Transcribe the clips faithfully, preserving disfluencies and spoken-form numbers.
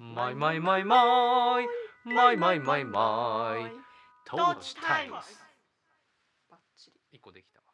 マイマイマイマイマイマイマイマイトーチタイムス。 バッチリいっこできたわ。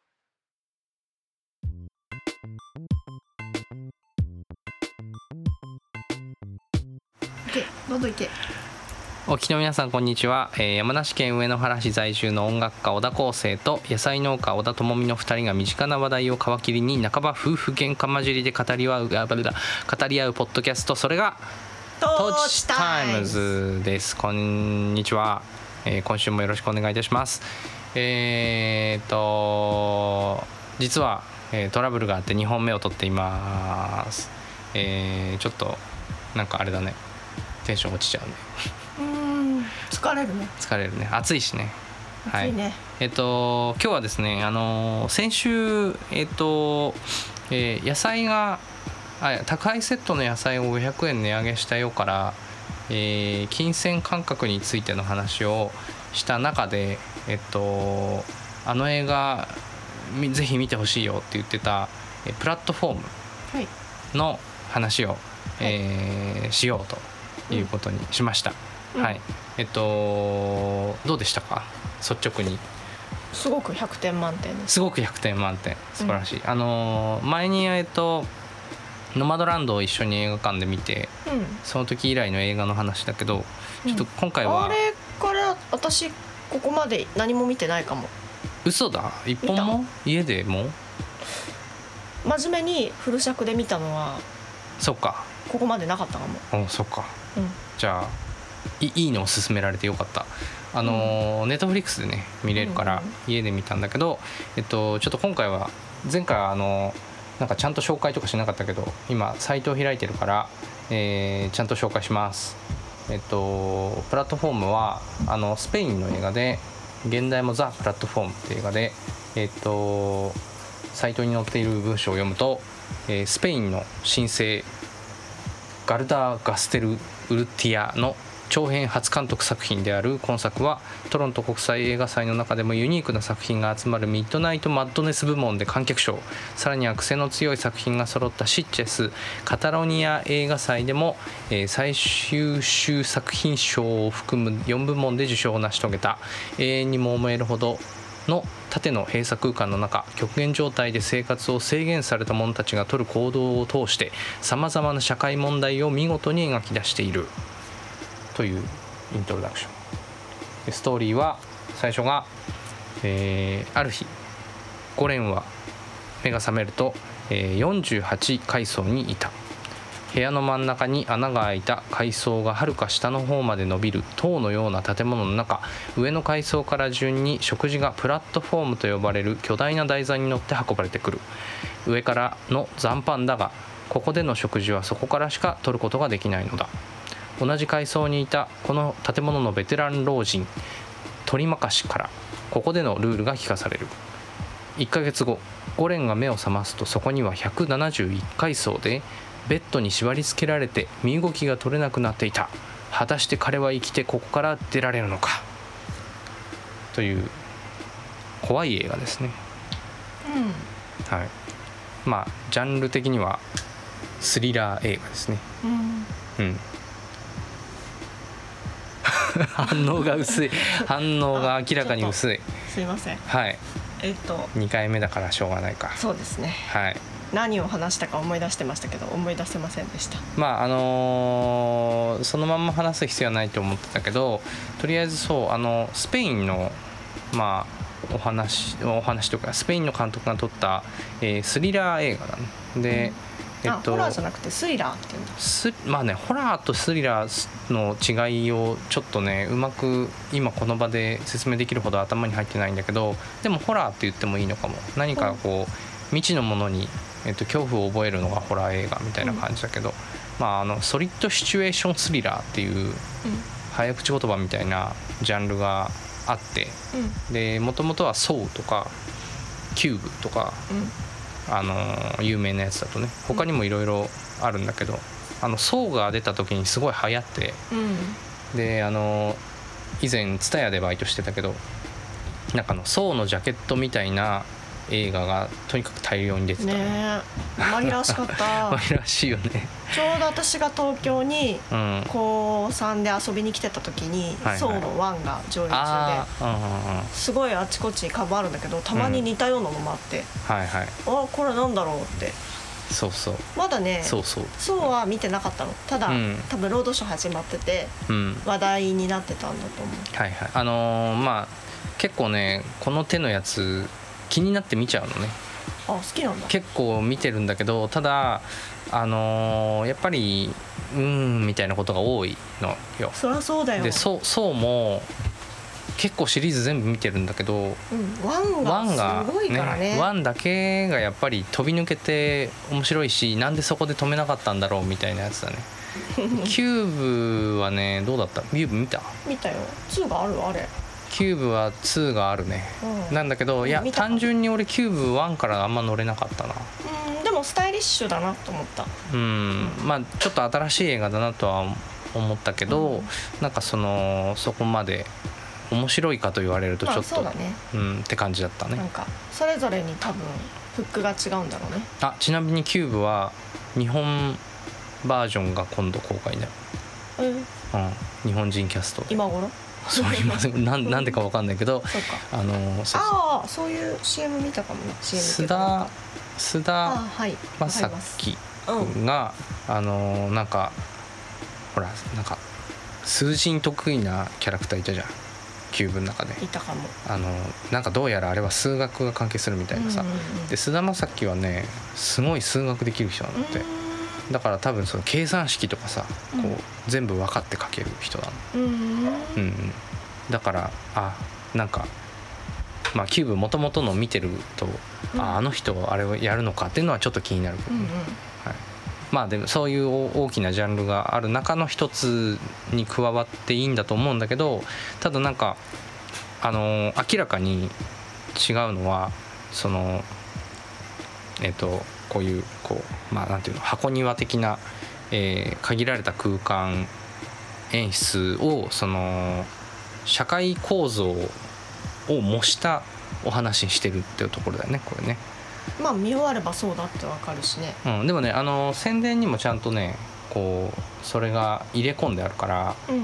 いけ、どんどんいけ。 お聞きの皆さんこんにちは、えー、山梨県上野原市在住の音楽家小田康生と野菜農家小田智美のふたりが身近な話題を皮切りに半ば夫婦喧嘩混じりで語り合う語り合うポッドキャスト、それがトトーチタイムズです。こんにちは、えー、今週もよろしくお願いいたします。えーと実は、えー、トラブルがあってにほんめを撮っています。えー、ちょっとなんかあれだね、テンション落ちちゃうね。 うーん、疲れるね。 疲れるね。暑いしね。 暑いね。 はい、えっと今日はですね、あの先週えっと、えー、野菜があ宅配セットの野菜をごひゃくえん値上げしたよから、えー、金銭感覚についての話をした中で、えっとあの映画ぜひ見てほしいよって言ってたえプラットフォームの話を、はい、えー、しようということにしました。うん、はい、えっとどうでしたか、率直に。 すごくひゃくてん満点です。 すごくひゃくてん満点、素晴らしい。うん、あの前にえっとノマドランドを一緒に映画館で見て、うん、その時以来の映画の話だけど、ちょっと今回は、 うん、あれから私ここまで何も見てないかも。 嘘だ、一本も家でも真面目にフル尺で見たのはそっかここまでなかったかも。 おそっか、 うん、 じゃあ い, いいのを勧められてよかった。あの、うん、ネットフリックスでね見れるから家で見たんだけど、えっとちょっと今回は前回はあのなんかちゃんと紹介とかしなかったけど、今サイトを開いてるから、えー、ちゃんと紹介します。えっとプラットフォームはあのスペインの映画で、現代もザ・プラットフォームっていう映画で、えっとサイトに載っている文章を読むと、えー、スペインの新星ガルダー・ガステル・ウルティアの長編初監督作品である今作は、トロント国際映画祭の中でもユニークな作品が集まるミッドナイト・マッドネス部門で観客賞、さらには癖の強い作品が揃ったシッチェスカタロニア映画祭でも、えー、最優秀作品賞を含むよんぶもんで受賞を成し遂げた、永遠にも思えるほどの縦の閉鎖空間の中、極限状態で生活を制限された者たちが取る行動を通してさまざまな社会問題を見事に描き出しているというイントロダクションで、ストーリーは最初が、えー、ある日ゴレンは目が覚めると、えー、よんじゅうはちかいそうにいた。部屋の真ん中に穴が開いた階層がはるか下の方まで伸びる塔のような建物の中、上の階層から順に食事がプラットフォームと呼ばれる巨大な台座に乗って運ばれてくる。上からの残飯だが、ここでの食事はそこからしか取ることができないのだ。同じ階層にいたこの建物のベテラン老人トリマカシからここでのルールが聞かされる。いっかげつご、ゴレンが目を覚ますと、そこにはひゃくななじゅういっかいそうでベッドに縛り付けられて身動きが取れなくなっていた。果たして彼は生きてここから出られるのか、という怖い映画ですね。うん、はい。まあジャンル的にはスリラー映画ですね。うん、うん反応が薄い反応が明らかに薄い。 すいません。 はい。 えっとにかいめだからしょうがないか。 そうですね。 はい。 何を話したか思い出してましたけど思い出せませんでした。 まああのー、そのまんま話す必要はないと思ってたけど、とりあえずそうあのスペインのまあお話お話とかスペインの監督が撮った、えー、スリラー映画だね。で、うんえっと、ホラーじゃなくてスリラーっていうんだ。 すまあね、ホラーとスリラーの違いをちょっとねうまく今この場で説明できるほど頭に入ってないんだけど、でもホラーって言ってもいいのかも。何かこう未知のものに、えっと、恐怖を覚えるのがホラー映画みたいな感じだけど、うん、まああのソリッドシチュエーションスリラーっていう、うん、早口言葉みたいなジャンルがあって、うん、で元々はソウとかキューブとか、うん、あの有名なやつだとね、他にもいろいろあるんだけど、あのソウが出た時にすごい流行って、うん、であの以前TSUTAYAでバイトしてたけど、なんかのソウのジャケットみたいな映画がとにかく大量に出てたね。 ねえ紛らわしかった紛らわしいよね。 ちょうど私が東京にうん高さんで遊びに来てた時に、 はいはいソーのワンが上映中あーうんうんうんですごいあちこちに株あるんだけど、たまに似たようなのもあって、 はいはいあこれなんだろうって。 そうそうまだねそうそうそうは見てなかったの。ただ、 うん多分ロードショー始まっててうん話題になってたんだと思う。 はいはいあのーまあ結構ねこの手のやつ気になって見ちゃうのね。 あ好きなんだ。 結構見てるんだけど、ただあのーやっぱりうーんみたいなことが多いのよ。 そりゃそうだよ。 でそうそうも結構シリーズ全部見てるんだけど、 うん、ワンがすごいからね。 ワンだけがやっぱり飛び抜けて面白いし、なんでそこで止めなかったんだろうみたいなやつだね。キューブはねどうだった？キューブ見た？ 見たよ。ツーがあるあれ。 キューブはツーがあるね、 うん、 なんだけどいや単純に俺キューブワンからあんま乗れなかったな。 うんでもスタイリッシュだなと思った。 うんまあちょっと新しい映画だなとは思ったけど、うん、なんかそのそこまで面白いかと言われるとちょっと、 まあ、そうだね、 うんって感じだったね。 なんかそれぞれに多分フックが違うんだろうね。 あちなみにキューブは日本バージョンが今度公開だよ。 えー、 うん日本人キャスト今頃そう今なんなんでかわかんないけどそうかあのそうそうああそういう シーエム 見たかもね。 シーエム須田須田将暉君が、うん、あのなんかほらなんか数字に得意なキャラクターいたじゃんキューブの中で。 いたかも。 あのなんかどうやらあれは数学が関係するみたいなさ、うんうんうん、で須田将暉はねすごい数学できる人なんだって。だから多分その計算式とかさ、うん、こう全部分かって書ける人なの、うんうん、だからあなんかまあキューブもともとの見てると、うん、あ, あの人あれをやるのかっていうのはちょっと気になるけどね、うんうんはい、まあでもそういう大きなジャンルがある中の一つに加わっていいんだと思うんだけど、ただなんかあの明らかに違うのはそのえっとこういうこうまあなんていうの箱庭的な、えー、限られた空間演出をその社会構造を模したお話にしてるっていうところだよねこれね。 まあ見終わればそうだってわかるしね、 うん、でもねあの宣伝にもちゃんとねこうそれが入れ込んであるから、うんうん、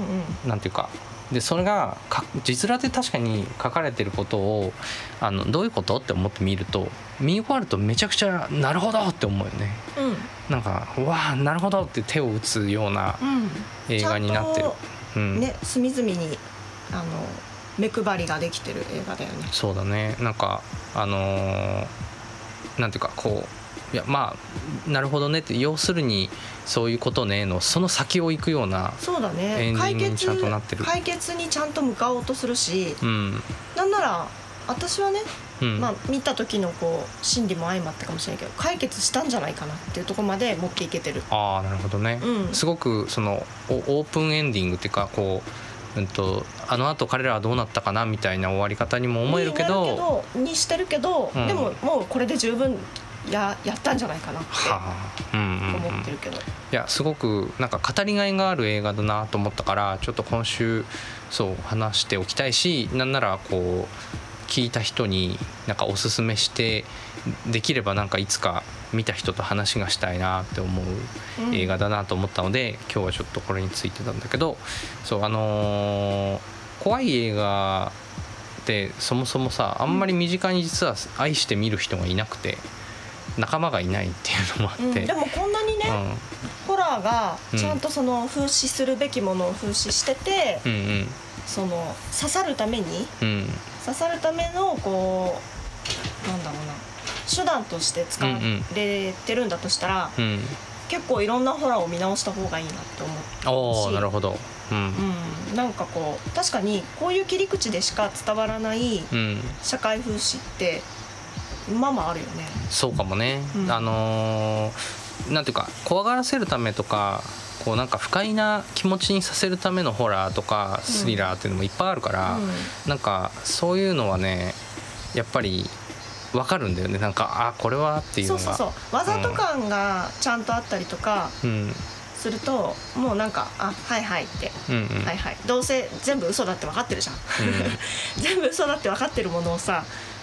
なんていうかでそれがか実らで確かに書かれてることをあのどういうことって思って見ると見終わるとめちゃくちゃなるほどって思うよね、うん、なんかうわあなるほどって手を打つような映画になってる、 うん、ね隅々にあの目配りができてる映画だよね。 そうだねなんかあのー、なんていうかこういやまあなるほどねって要するにそういうことねのその先を行くようなエンディングにちゃんとなってる。 解決にちゃんと向かおうとするし、うん、なんなら私はね、うんまあ、見た時のこう心理も相まってかもしれないけど解決したんじゃないかなっていうところまで持っていけてる。 ああなるほどね、うん、すごくそのオープンエンディングっていうかこう、うん、とあのあと彼らはどうなったかなみたいな終わり方にも思えるけどになるけどにしてるけど、うん、でももうこれで十分や, やったんじゃないかなって思ってるけど、はあうんうんうん、いやすごくなんか語りがいがある映画だなと思ったからちょっと今週そう話しておきたいしなんならこう聞いた人になんかおすすめしてできればなんかいつか見た人と話がしたいなって思う映画だなと思ったので、うん、今日はちょっとこれについてたんだけどそうあのー、怖い映画ってそもそもさあんまり身近に実は愛して見る人がいなくて仲間がいないっていうのもあって、うん、 でもこんなにね、うん、ホラーがちゃんとその風刺するべきものを風刺してて、うんうん、その刺さるために、うん、刺さるためのこうなんだろうな手段として使われてるんだとしたら、うんうん、結構いろんなホラーを見直した方がいいなって思うし。 おーなるほど、うんうん、なんかこう確かにこういう切り口でしか伝わらない社会風刺ってまあまああるよね。 そうかもね、うん、あのー、なんていうか怖がらせるためとかこうなんか不快な気持ちにさせるためのホラーとかスリラーっていうのもいっぱいあるから、うん、なんかそういうのはねやっぱり分かるんだよね。なんかあこれはっていうのがそうそうそうわざと感がちゃんとあったりとか、うんするともうなんかあはいはいって、うんうん、はいはいどうせ全部嘘だって分かってるじゃん、うん、全部嘘だって分かってるものをさ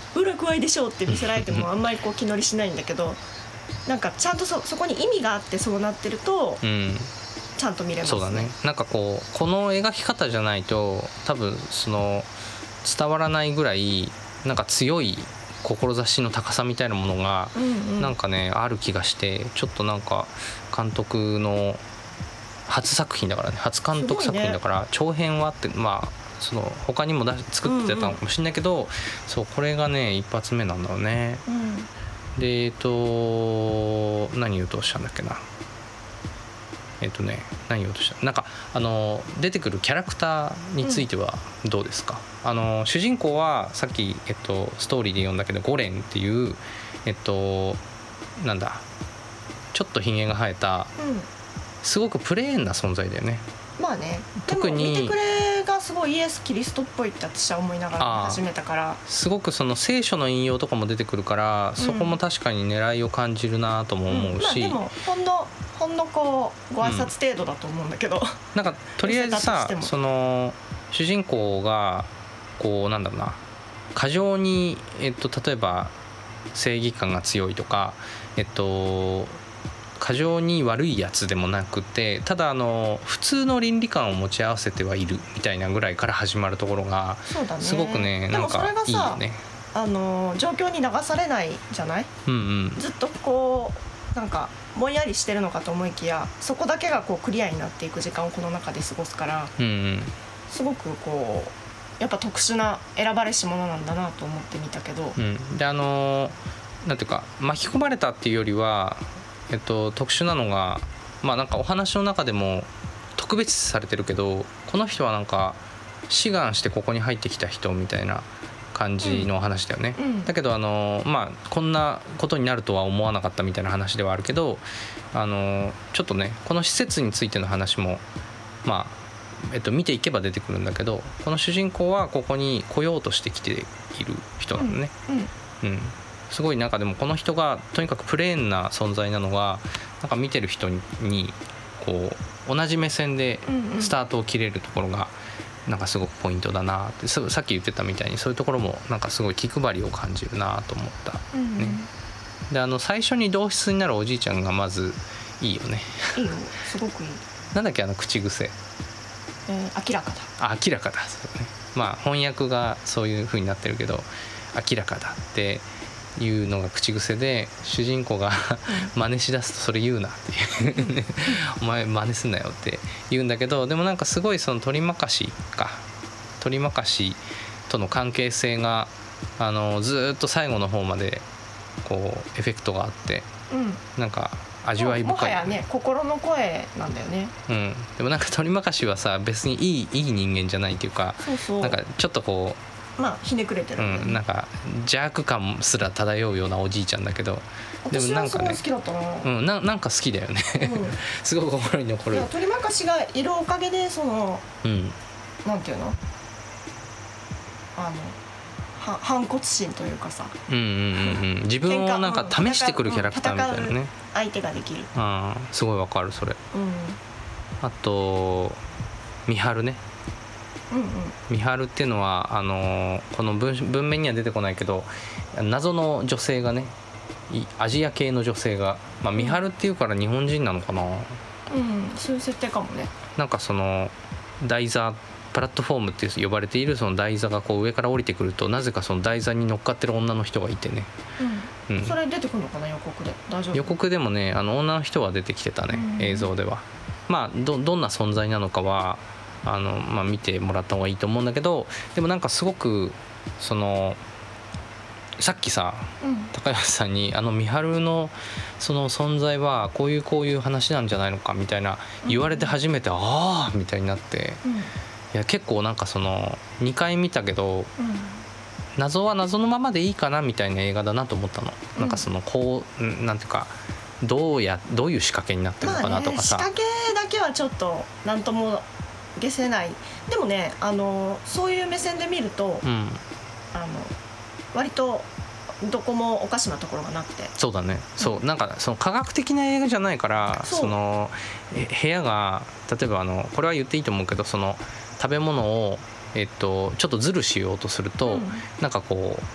ウルクワイでしょうって見せられてもあんまりこう気乗りしないんだけど、なんかちゃんと そ, そこに意味があってそうなってると、うん、ちゃんと見れますね。 そうだね。なんかこうこの描き方じゃないと多分その伝わらないぐらいなんか強い志の高さみたいなものがなんかね、うんうん、ある気がして、ちょっとなんか監督の初作品だからね、初監督作品だから、ね、長編はってまあその他にもだ作ってたのかもしれないけど、うんうん、そうこれがね一発目なんだろうね、うん、でえっと何言おうとしたんだっけなえっとね何言おうとしたなんかあの出てくるキャラクターについてはどうですか、うん、あの主人公はさっき、えっと、ストーリーで読んだけどゴレンっていうえっとなんだちょっとひげが生えた、うん、すごくプレーンな存在だよね。 まあね、特に見てくれがすごいイエス・キリストっぽいって私は思いながら始めたから、 すごくその聖書の引用とかも出てくるから、うん、そこも確かに狙いを感じるなとも思うし、 うんまあ、でもほんのほんのこうご挨拶程度だと思うんだけど、うん、 なんかとりあえずさその主人公がこうなんだろうな過剰に、えっと、例えば正義感が強いとかえっと過剰に悪いやつでもなくて、ただあの普通の倫理観を持ち合わせてはいるみたいなぐらいから始まるところがすごくね、なんかいいよね。 あの状況に流されないじゃない、うんうん、ずっとこうなんかぼんやりしてるのかと思いきや、そこだけがこうクリアになっていく時間をこの中で過ごすから、うんうん、すごくこうやっぱ特殊な選ばれし者なんだなと思ってみたけど、 うん、であのなんていうか巻き込まれたっていうよりはえっと、特殊なのが、まあ、なんかお話の中でも特別視されてるけど、この人はなんか志願してここに入ってきた人みたいな感じの話だよね、うんうん、だけどあの、まあ、こんなことになるとは思わなかったみたいな話ではあるけど、あのちょっとねこの施設についての話も、まあえっと、見ていけば出てくるんだけど、この主人公はここに来ようとしてきている人なのね、うん、うんうん、すごいなんかでもこの人がとにかくプレーンな存在なのがなんか見てる人にこう同じ目線でスタートを切れるところがなんかすごくポイントだなって、さっき言ってたみたいにそういうところもなんかすごい気配りを感じるなと思った、うんうん、ね、であの最初に同室になるおじいちゃんがまずいいよね。 いいよ、すごくいい。 なんだっけあの口癖、 えー、明らかだ。 あ、明らかだ、そうね。まあ翻訳がそういう風になってるけど明らかだっていうのが口癖で、主人公が真似しだすとそれ言うなっていうお前真似すんなよって言うんだけど、でもなんかすごいその取りまかしか取りまかしとの関係性があのずっと最後の方までこうエフェクトがあって、うん、なんか味わい深い、ね、もはやね心の声なんだよね、 うん、でもなんか取りまかしはさ別にいいいい人間じゃないっていうか、そうそう、なんかちょっとこうまあひねくれてる、 うん、なんか邪悪感すら漂うようなおじいちゃんだけど、 でもなんかね、私はすごい好きだったな、 うん、な, なんか好きだよね、うん、すごく心に残る。いや取りまかしがいるおかげでその、うん、なんていうのあのは反骨心というかさ、 うんうんうんうん、自分をなんか試してくるキャラクターみたいなね、 相手ができる、 あすごいわかるそれ、うん、あと美晴ね、うんうん、美晴っていうのはあのこの 文, 文面には出てこないけど謎の女性がね、アジア系の女性が、まあ、美晴っていうから日本人なのかな、うん、 そういう設定かもね。 なんかその台座プラットフォームって呼ばれているその台座がこう上から降りてくると、なぜかその台座に乗っかってる女の人がいてね、 うんうん、それ出てくるのかな予告で。大丈夫？ 予告でもねあの女の人は出てきてたね、うん、映像では。まあ ど, どんな存在なのかはあの、まあ、見てもらった方がいいと思うんだけど、でもなんかすごくそのさっきさ、うん、高橋さんにあの美晴のその存在はこういうこういう話なんじゃないのかみたいな言われて初めて、うん、ああみたいになって、うん、いや結構なんかそのにかい見たけど、うん、謎は謎のままでいいかなみたいな映画だなと思ったの、うん、なんかそのこうなんていうかどうやどういう仕掛けになってるのかなとかさ、 まあね、仕掛けだけはちょっとなんとも消せない。でもねあのそういう目線で見ると、うん、あの割とどこもおかしなところがなくて。 そうだね、そう、なんかその科学的な映画じゃないから、その部屋が例えばあのこれは言っていいと思うけど、その食べ物を、えっと、ちょっとズルしようとすると、うん、なんかこう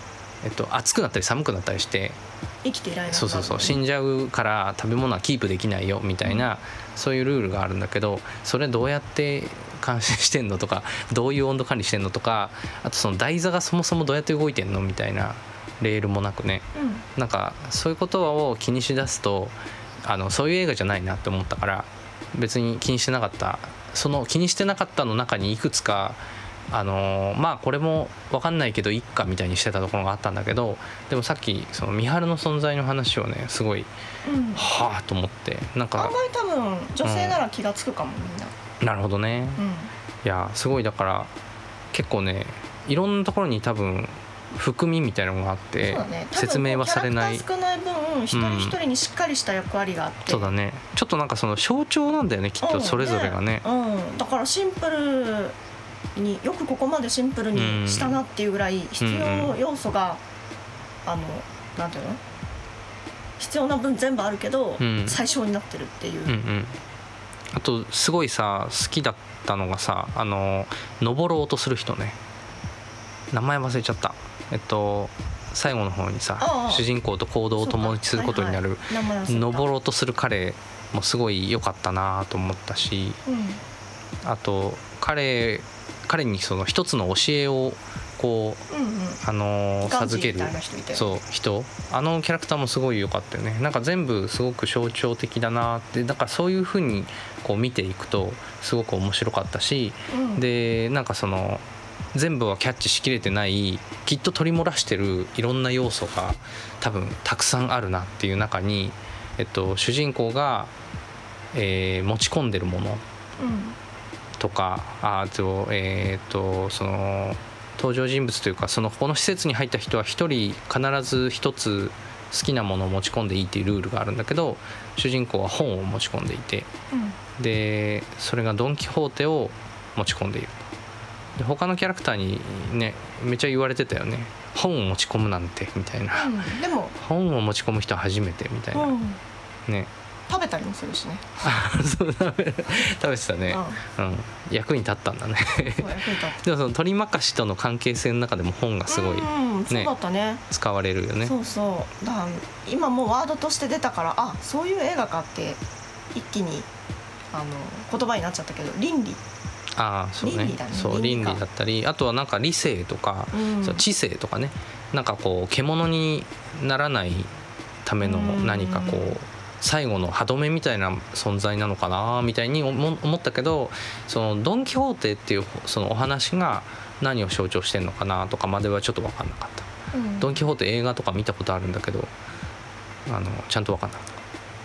えっと、暑くなったり寒くなったりして生きていられない、 そうそうそう死んじゃうから食べ物はキープできないよみたいな、うん、そういうルールがあるんだけど、それどうやって監視してんのとかどういう温度管理してんのとか、あとその台座がそもそもどうやって動いてんのみたいな、レールもなくね、うん、なんかそういうことを気にしだすとあのそういう映画じゃないなって思ったから、別に気にしてなかった、その気にしてなかったの中にいくつかあのー、まあこれも分かんないけどいっかみたいにしてたところがあったんだけど、でもさっきその三春の存在の話をねすごい、うん、はあと思って、なんか案外多分女性なら気がつくかも、うん、みんな。 なるほどね、うん、いやすごいだから結構ねいろんなところに多分含みみたいなのがあって、ね、説明はされない、 キャラクター少ない分一人一人にしっかりした役割があって、うん、 そうだね、ちょっとなんかその象徴なんだよねきっとそれぞれがね、 うんねうん、だからシンプルによくここまでシンプルにしたなっていうぐらい必要要素が、うん、あのなんていうの必要な分全部あるけど、うん、最小になってるっていう、うんうん、 あとすごいさ好きだったのがさ、あの登ろうとする人ね、名前忘れちゃった、えっと最後の方にさああ主人公と行動を共にすることになる、はいはい、登ろうとする彼もすごい良かったなと思ったし、うん、あと彼彼にその一つの教えをこう、うんうん、あの授ける人そう人あのキャラクターもすごい良かったよね。なんか全部すごく象徴的だなって、だからそういう風にこう見ていくとすごく面白かったし、うん、でなんかその全部はキャッチしきれてないきっと取り漏らしてるいろんな要素が多分たくさんあるなっていう中に、えっと、主人公が、えー、持ち込んでるものとか、うん、あと、えー、とその登場人物というかそのこの施設に入った人は一人必ず一つ好きなものを持ち込んでいいっていうルールがあるんだけど、主人公は本を持ち込んでいて、うん、でそれがドン・キホーテを持ち込んでいる。で他のキャラクターにねめっちゃ言われてたよね、本を持ち込むなんてみたいな、うん、でも本を持ち込む人は初めてみたいな、うん、ね食べたりもするしねそう食べ、食べてたね、うん、うん、役に立ったんだねそう役に立ったでもその鳥まかしとの関係性の中でも本がすごい、 うんうん、そうだったね、 使われるよね。 そうそうだから今もうワードとして出たから、あそういう映画かって一気にあの言葉になっちゃったけど、倫理ああそうね、倫理だね、そう倫理だったり、あとはなんか理性とか、うん、そう知性とかね、なんかこう獣にならないための何かこう最後の歯止めみたいな存在なのかなみたいに思ったけど、そのドン・キホーテっていうそのお話が何を象徴してるのかなとかまではちょっと分かんなかった、うん、ドン・キホーテ映画とか見たことあるんだけどあのちゃんと分かんなかった、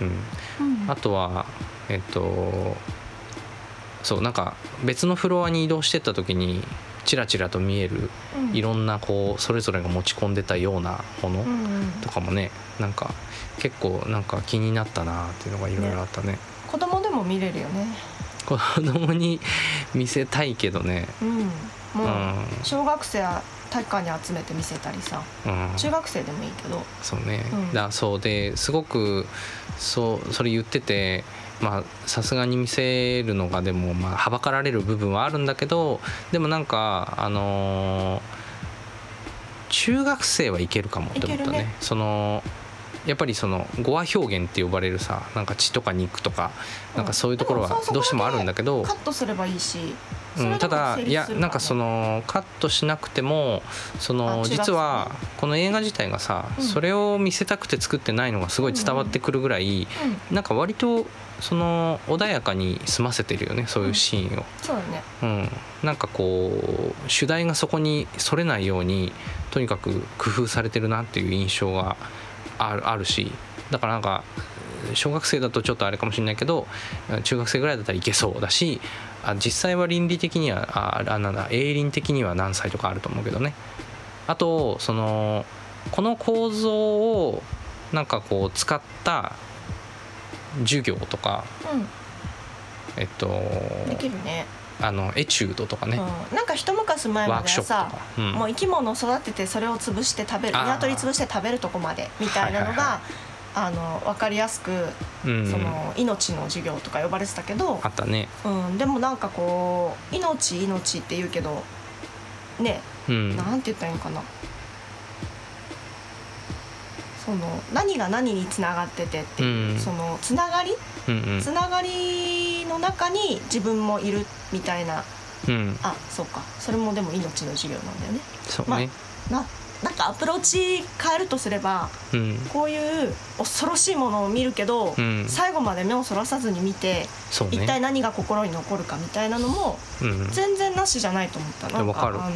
うんうん、あとはえっとそうなんか別のフロアに移動してった時にチラチラと見えるいろんなこうそれぞれが持ち込んでたようなものとかもね、なんか結構なんか気になったなっていうのがいろいろあったね。ね、 子供でも見れるよね。 子供に見せたいけどね、 うん、もう小学生は体育館に集めて見せたりさ、うん、中学生でもいいけどそうね、うん、だそうですごくそうそれ言ってて、まあさすがに見せるのがでもまあはばかられる部分はあるんだけど、でもなんかあのー、中学生はいけるかもって思ったね。ねそのやっぱりその語話表現って呼ばれるさ、なんか血とか肉とかなんかそういうところはどうしてもあるんだけど、 カットすればいいし、 うん、ただいやなんかそのカットしなくてもその実はこの映画自体がさ、うん、それを見せたくて作ってないのがすごい伝わってくるぐらい、うん、なんか割とその穏やかに済ませてるよね、そういうシーンを、うん、 そうだね、 うん、なんかこう主題がそこにそれないようにとにかく工夫されてるなっていう印象がある、あるし、だからなんか小学生だとちょっとあれかもしれないけど中学生ぐらいだったらいけそうだし、あ実際は倫理的にはああなんだ営倫的には何歳とかあると思うけどね。あとそのこの構造をなんかこう使った授業とか、うん、えっとできるね。 あのエチュードとかね、 うん、なんか一昔前まではさ、うん、もう生き物を育ててそれを潰して食べる、鶏潰して食べるとこまでみたいなのが、はいはいはい、あの分かりやすく、うん、その命の授業とか呼ばれてたけど、 あったね、 うん、でもなんかこう命命って言うけどね、うん、なんて言ったらいいのかな、 その何が何につながっててっていう、うん、そのつながり、うんうん、つながりの中に自分もいるみたいな、うん、あ、そうか、それもでも命の授業なんだよね。 そうね、 まあ、ななんかアプローチ変えるとすれば、うん、こういう恐ろしいものを見るけど、うん、最後まで目をそらさずに見て、ね、一体何が心に残るかみたいなのも、うん、全然なしじゃないと思った。なんか、あの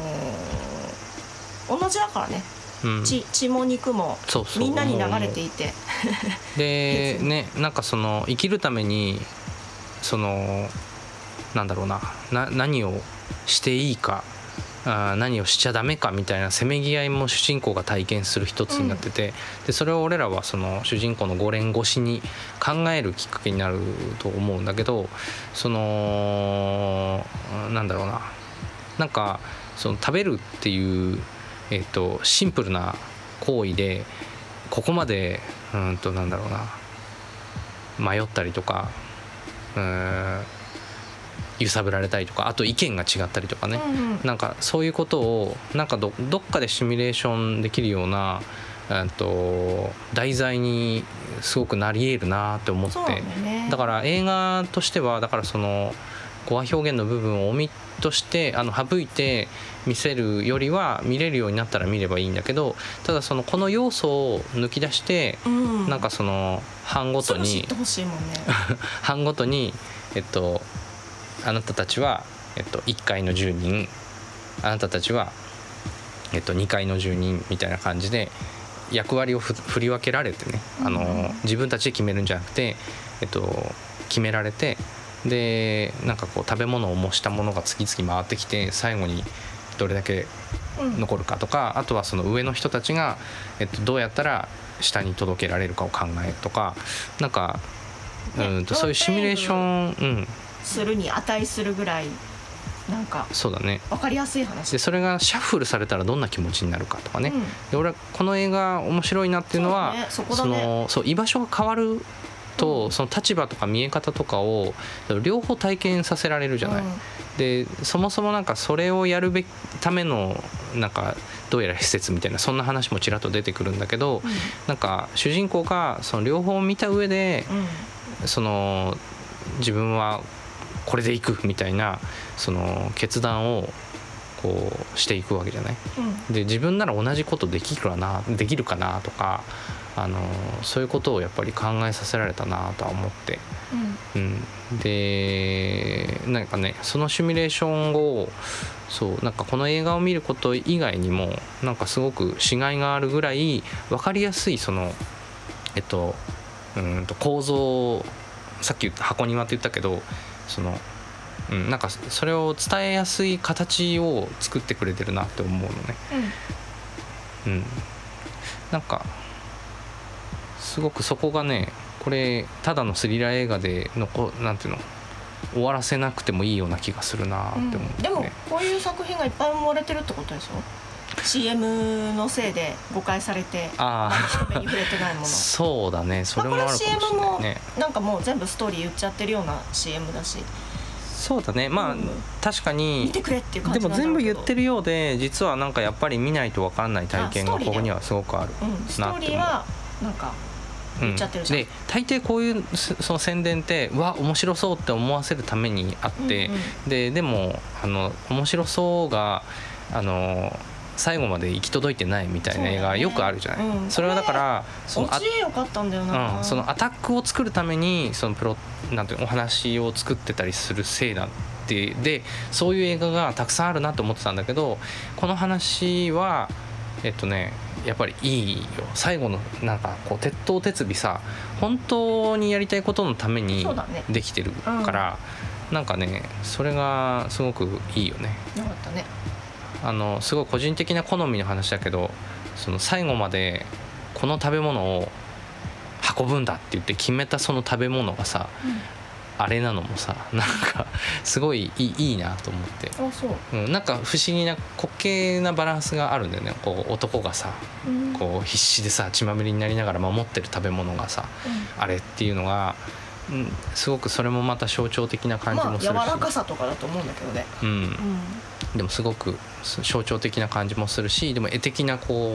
ー、同じだからね、うん、血, 血も肉もそうそうみんなに流れていてでね、なんかその生きるためにそのなんだろうな、な何をしていいか、あ何をしちゃダメかみたいなせめぎ合いも主人公が体験する一つになってて、うん、でそれを俺らはその主人公のゴレン越しに考えるきっかけになると思うんだけど、そのなんだろうな、なんかその食べるっていう、えーと、シンプルな行為でここまでうんとなんだろうな、迷ったりとか、うーん揺さぶられたりとか、あと意見が違ったりとかね、うんうん、なんかそういうことをなんか ど, どっかでシミュレーションできるようなと題材にすごくなり得るなって思って、 だ,、ね、だから映画としてはだからその語話表現の部分をオミットしてあの省いて見せるよりは見れるようになったら見ればいいんだけど、ただそのこの要素を抜き出して、うん、なんかその班ごとに知ってほしいもんね班ごとにえっとあなたたちは、えっと、いっかいのじゅうにん、あなたたちは、えっと、にかいのじゅうにんみたいな感じで役割をふ振り分けられてね、あの、うん、自分たちで決めるんじゃなくて、えっと、決められて、でなんかこう食べ物を模したものが次々回ってきて最後にどれだけ残るかとか、うん、あとはその上の人たちが、えっと、どうやったら下に届けられるかを考えるとか、なんか、ね、うんとそういうシミュレーション、うんするに値するぐらいなんかそうだね、 分かりやすい話で、それがシャッフルされたらどんな気持ちになるかとかね、うん、で俺はこの映画面白いなっていうのは そ,、ね そ, そのそう居場所が変わると、うん、その立場とか見え方とかを両方体験させられるじゃない、うん、でそもそもなんかそれをやるべきためのなんかどうやら施設みたいなそんな話もちらっと出てくるんだけど、うん、なんか主人公がその両方を見た上で、うん、その自分はこれでいくみたいなその決断をこうしていくわけじゃない、うん、で自分なら同じことできるかなできるかなとか、あのそういうことをやっぱり考えさせられたなとは思って、うんうん、でなんかねそのシミュレーションをそうなんかこの映画を見ること以外にもなんかすごくしがいがあるぐらい分かりやすいそのえっとうんと構造、さっき言った箱庭って言ったけどその、うん、なんかそれを伝えやすい形を作ってくれてるなって思うのね、うん、うん、なんかすごくそこがねこれただのスリラー映画でのこなんていうの終わらせなくてもいいような気がするなって思って、ね、うん、 でもこういう作品がいっぱい生まれてるってことでしょ。シーエム のせいで誤解されてあ人目に触れてないものそうだね、それもあるかもしれないね。これ シーエム もなんかもう全部ストーリー言っちゃってるような シーエム だし、 そうだね、まあ、うん、確かに見てくれっていう感じなんだろうけど、 でも全部言ってるようで実はなんかやっぱり見ないと分からない体験がここにはすごくあるなって思う。 ストーリーはなんか言っちゃってるじゃん、 うん、で大抵こういうその宣伝ってうわ面白そうって思わせるためにあって、うんうん、で, でもあの面白そうがあの最後まで行き届いてないみたいな映画よくあるじゃない。 そ,、ねうん、それはだからそのオチ良かったんだよな、 うん、そのアタックを作るためにそのプロなんていうお話を作ってたりするせいだってでそういう映画がたくさんあるなと思ってたんだけど、この話はえっとねやっぱりいいよ。最後のなんかこう鉄頭鉄尾さ本当にやりたいことのためにできてるから、ねうん、なんかねそれがすごくいいよね。 よかったね。 あのすごい個人的な好みの話だけどその最後までこの食べ物を運ぶんだって言って決めたその食べ物がさ、うん、あれなのもさなんかすごいい い, いいなと思って。 あそう、 うん、なんか不思議な滑稽なバランスがあるんだよね。こう男がさ、うん、こう必死でさ血まみれになりながら守ってる食べ物がさ、うん、あれっていうのが、うん、すごくそれもまた象徴的な感じもするし、 まあ、柔らかさとかだと思うんだけどね、 うんうん、でもすごく象徴的な感じもするし、でも絵的なこ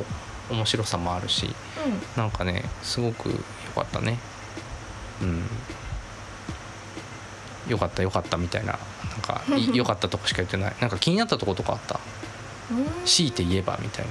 面白さもあるし、 うん、 なんかねすごく良かったね。うん良かった良かったみたいな、なんか良かったとこしか言ってない。なんか気になったとことかあった？強いて言えばみたいな。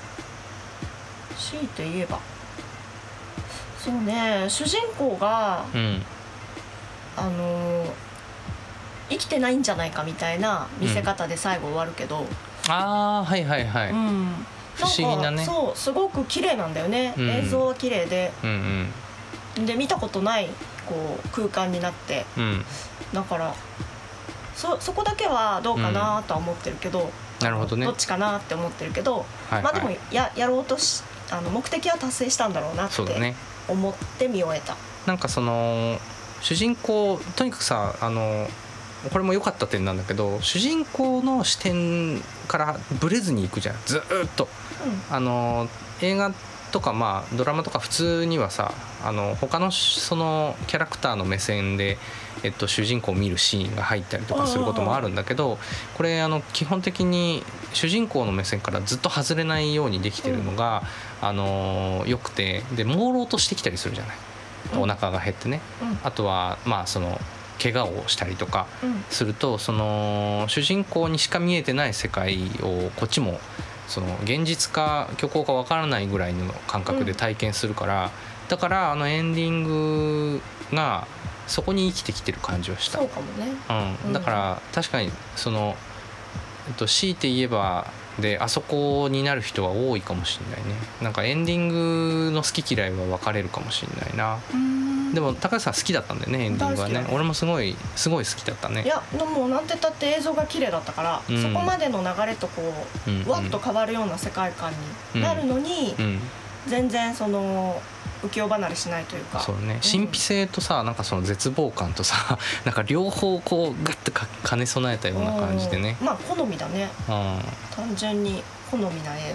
強いて言えば、そうね、主人公が、うん、あの生きてないんじゃないかみたいな見せ方で最後終わるけど、うん、 ああはいはいはい、うん、不思議なね。 そうすごく綺麗なんだよね、うん、映像は綺麗で、うんうん、で見たことないこう空間になって、うん、だからそそこだけはどうかなとは思ってるけど、うん、 なるほどね、 どっちかなって思ってるけど、はいはい、まあでも や, やろうとしあの目的は達成したんだろうなって思って見終えた、ね、 なんかその主人公とにかくさ、あのこれも良かった点なんだけど、主人公の視点からブレずにいくじゃんずっと、うん、あの映画とかまあドラマとか普通にはさ、あの他のそのキャラクターの目線で、えっと、主人公を見るシーンが入ったりとかすることもあるんだけど、これあの基本的に主人公の目線からずっと外れないようにできてるのが、うん、あのよくて、で朦朧としてきたりするじゃない、うん、お腹が減ってね、うん、あとはまあその怪我をしたりとかすると、うん、その主人公にしか見えてない世界をこっちもその現実か虚構か分からないぐらいの感覚で体験するから、うん、だからあのエンディングがそこに生きてきてる感じはした。 そうかもね、 うん、だから確かにその、えっと、強いて言えばであそこになる人は多いかもしれないね。なんかエンディングの好き嫌いは分かれるかもしれないな。でも高橋さん好きだったんだよね、エンディングはね。俺もすごいすごい好きだったね。 いやでもなんて言ったって映像が綺麗だったから、うん、そこまでの流れとこう、うんうん、わっと変わるような世界観になるのに、うんうん、全然その浮世離れしないというか、 そうね、神秘性とさ、なんかその絶望感とさ、なんか両方こうガッと兼ね備えたような感じでね。 まあ好みだね、うん、単純に好みな映像だった、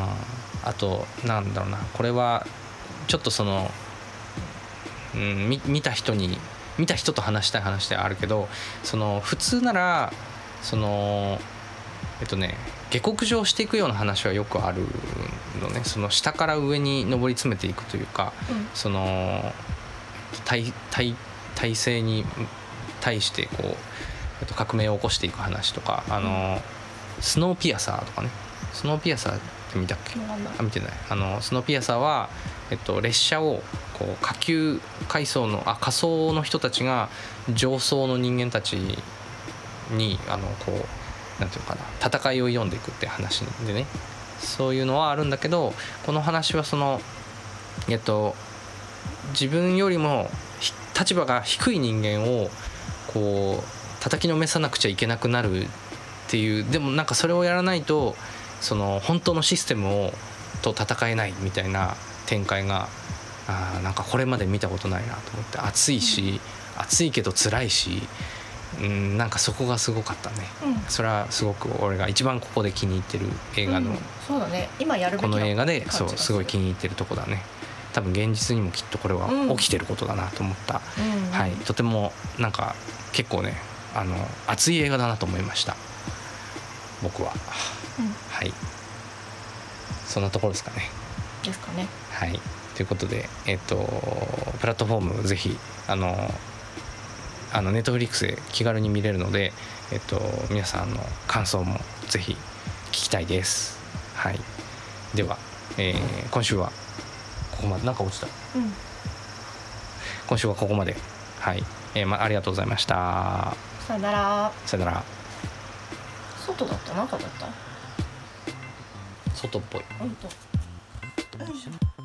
うん、あとなんだろうな、これはちょっとその、うん、見, 見た人に見た人と話したい話ではあるけど、その普通ならそのえっとね下克上していくような話はよくあるのね。その下から上に上り詰めていくというか、うん、その 体, 体, 体制に対してこう、えっと、革命を起こしていく話とか、あの、うん、スノーピアサーとかね。スノーピアサーって見たっけ？あ、見てない。あのスノーピアサーは、えっと、列車をこう下級階層のあ下層の人たちが上層の人間たちにあのこうなんていうのかな、戦いを挑んでいくって話でね、そういうのはあるんだけど、この話はその、えっと、自分よりも立場が低い人間をこう叩きのめさなくちゃいけなくなるっていう、でもなんかそれをやらないとその本当のシステムをと戦えないみたいな展開が、あなんかこれまで見たことないなと思って、熱いし、うん、熱いけど辛いし、うん、なんかそこがすごかったね、うん、それはすごく俺が一番ここで気に入ってる映画の、うん、 そうだね、今やるべきこの映画でそうすごい気に入ってるとこだね。多分現実にもきっとこれは起きてることだなと思った、うん、はい、とてもなんか結構ね、あの熱い映画だなと思いました僕は、うん、はい、そんなところですかねですかね。 はい、ということで、えっとプラットフォームぜひあのあのネットフリックスで気軽に見れるので、えっと、皆さんの感想もぜひ聞きたいです。はい、では、えー、今週はここまで。なんか落ちた、うん、今週はここまで。はい、えーま、ありがとうございました。 さよなら。 さよなら。 外だった？中だった？ 外っぽい。 本当。